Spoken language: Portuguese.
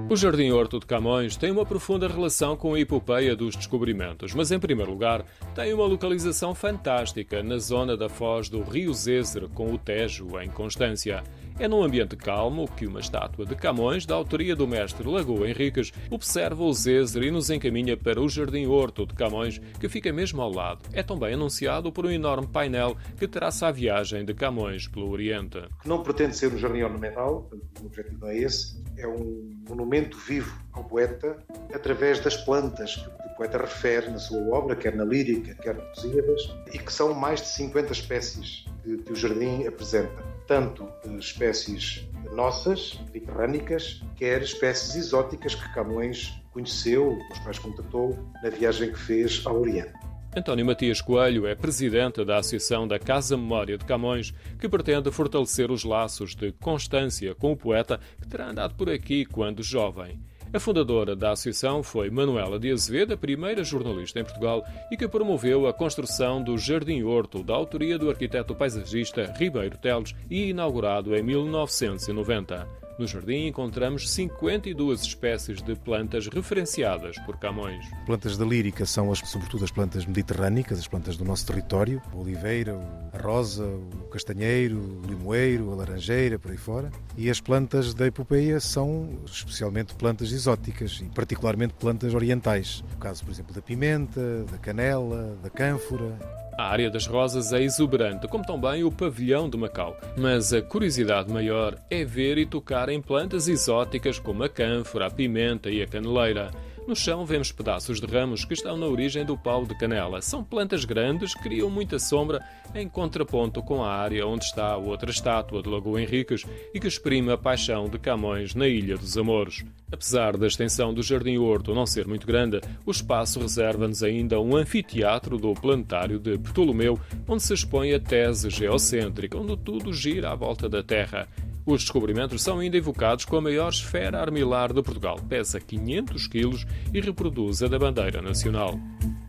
O Jardim Horto de Camões tem uma profunda relação com a epopeia dos descobrimentos, mas em primeiro lugar tem uma localização fantástica na zona da foz do rio Zézer com o Tejo em Constância. É num ambiente calmo que uma estátua de Camões, da autoria do mestre Lagoa Henriques, observa o Zézer e nos encaminha para o Jardim Horto de Camões, que fica mesmo ao lado. É também anunciado por um enorme painel que traça a viagem de Camões pelo Oriente. Não pretende ser um jardim ornamental, o objetivo não é esse, é um monumento vivo ao poeta através das plantas que o poeta refere na sua obra, quer na lírica, quer na Lusíadas, e que são mais de 50 espécies que o jardim apresenta. Tanto espécies nossas, mediterrânicas, quer espécies exóticas que Camões conheceu, com as quais contactou na viagem que fez ao Oriente. António Matias Coelho é presidente da Associação da Casa Memória de Camões, que pretende fortalecer os laços de Constância com o poeta que terá andado por aqui quando jovem. A fundadora da associação foi Manuela de Azevedo, a primeira jornalista em Portugal e que promoveu a construção do Jardim Horto, da autoria do arquiteto paisagista Ribeiro Teles e inaugurado em 1990. No jardim encontramos 52 espécies de plantas referenciadas por Camões. Plantas da lírica são sobretudo as plantas mediterrânicas, as plantas do nosso território, a oliveira, a rosa, o castanheiro, o limoeiro, a laranjeira, por aí fora. E as plantas da epopeia são especialmente plantas exóticas e particularmente plantas orientais. No caso, por exemplo, da pimenta, da canela, da cânfora. A área das rosas é exuberante, como também o pavilhão de Macau. Mas a curiosidade maior é ver e tocar em plantas exóticas como a cânfora, a pimenta e a caneleira. No chão vemos pedaços de ramos que estão na origem do pau de canela. São plantas grandes que criam muita sombra em contraponto com a área onde está a outra estátua de Lagoa Henriques e que exprime a paixão de Camões na Ilha dos Amores. Apesar da extensão do Jardim Horto não ser muito grande, o espaço reserva-nos ainda um anfiteatro do Planetário de Ptolomeu, onde se expõe a tese geocêntrica, onde tudo gira à volta da Terra. Os descobrimentos são ainda evocados com a maior esfera armilar de Portugal. Pesa 500 quilos e reproduz a da bandeira nacional.